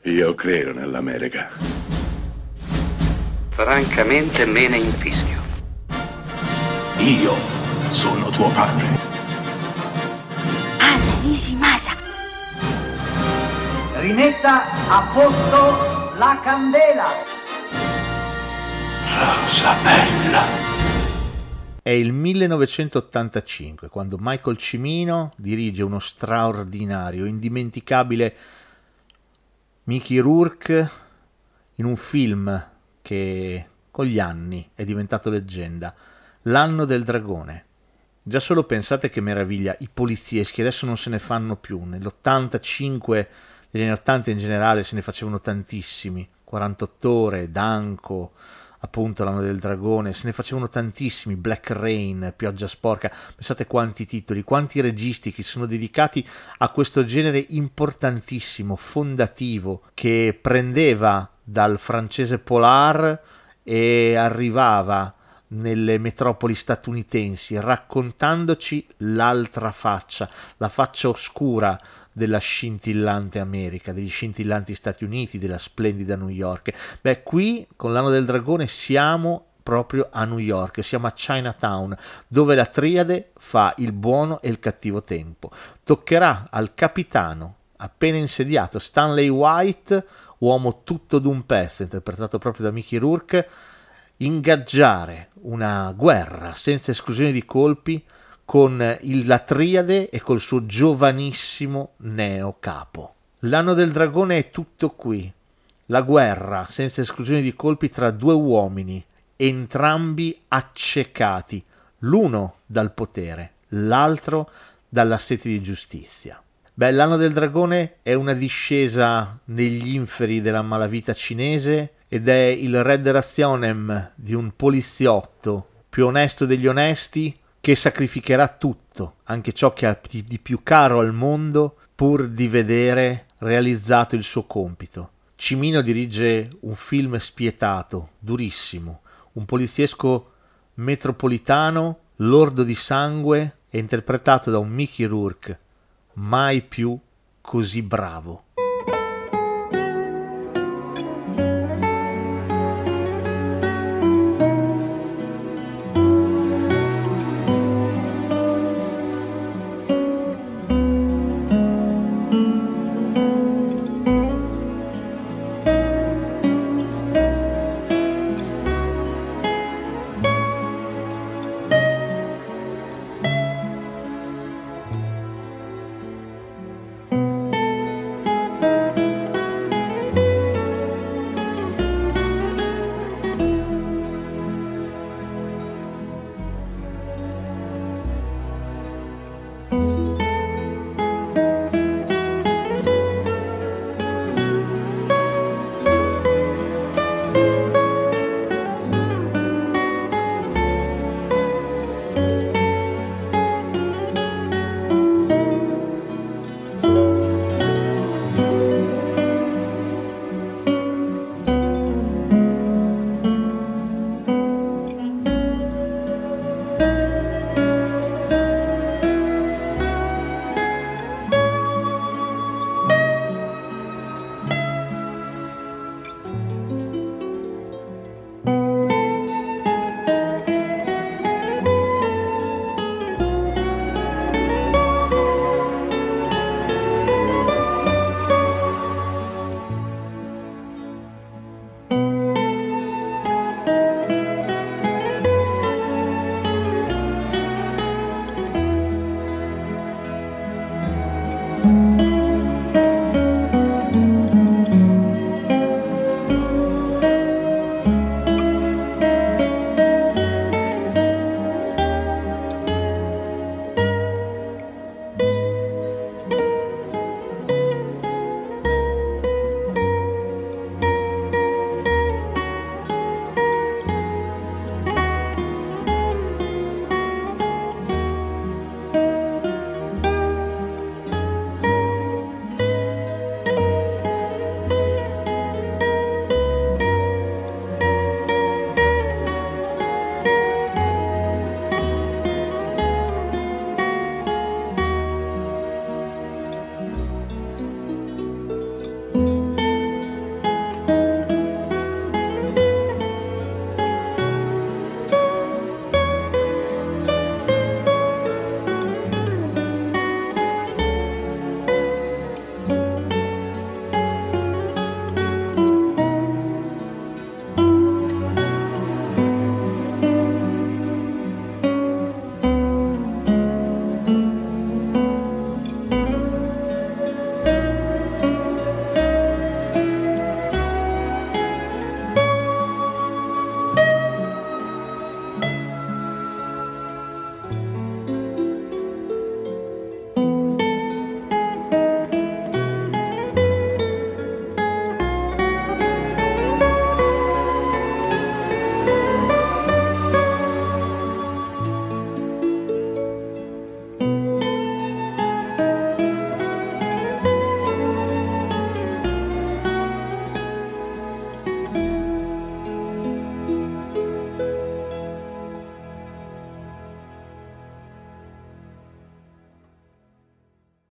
Io credo nell'America. Francamente me ne infischio. Io sono tuo padre. Anna Nishimasa. Rimetta a posto la candela. Rosa bella. È il 1985 quando Michael Cimino dirige uno straordinario, indimenticabile Mickey Rourke in un film che con gli anni è diventato leggenda, L'anno del dragone. Già solo pensate che meraviglia, i polizieschi adesso non se ne fanno più, nell'85, negli anni 80 in generale se ne facevano tantissimi, 48 ore, Danko, appunto L'anno del dragone, se ne facevano tantissimi, Black Rain, Pioggia sporca, pensate quanti titoli, quanti registi che sono dedicati a questo genere importantissimo, fondativo, che prendeva dal francese polar e arrivava nelle metropoli statunitensi raccontandoci l'altra faccia, la faccia oscura della scintillante America, degli scintillanti Stati Uniti, della splendida New York. Beh, qui con L'anno del dragone siamo proprio a New York, siamo a Chinatown, dove la triade fa il buono e il cattivo tempo. Toccherà al capitano appena insediato Stanley White, uomo tutto d'un pezzo, interpretato proprio da Mickey Rourke, ingaggiare una guerra senza esclusione di colpi con la triade e col suo giovanissimo neo capo. L'anno del dragone è tutto qui, la guerra senza esclusione di colpi tra due uomini, entrambi accecati, l'uno dal potere, l'altro dalla sete di giustizia. Beh, L'anno del dragone è una discesa negli inferi della malavita cinese ed è il Red Razionem di un poliziotto più onesto degli onesti che sacrificherà tutto, anche ciò che ha di più caro al mondo, pur di vedere realizzato il suo compito. Cimino dirige un film spietato, durissimo, un poliziesco metropolitano, lordo di sangue, e interpretato da un Mickey Rourke mai più così bravo.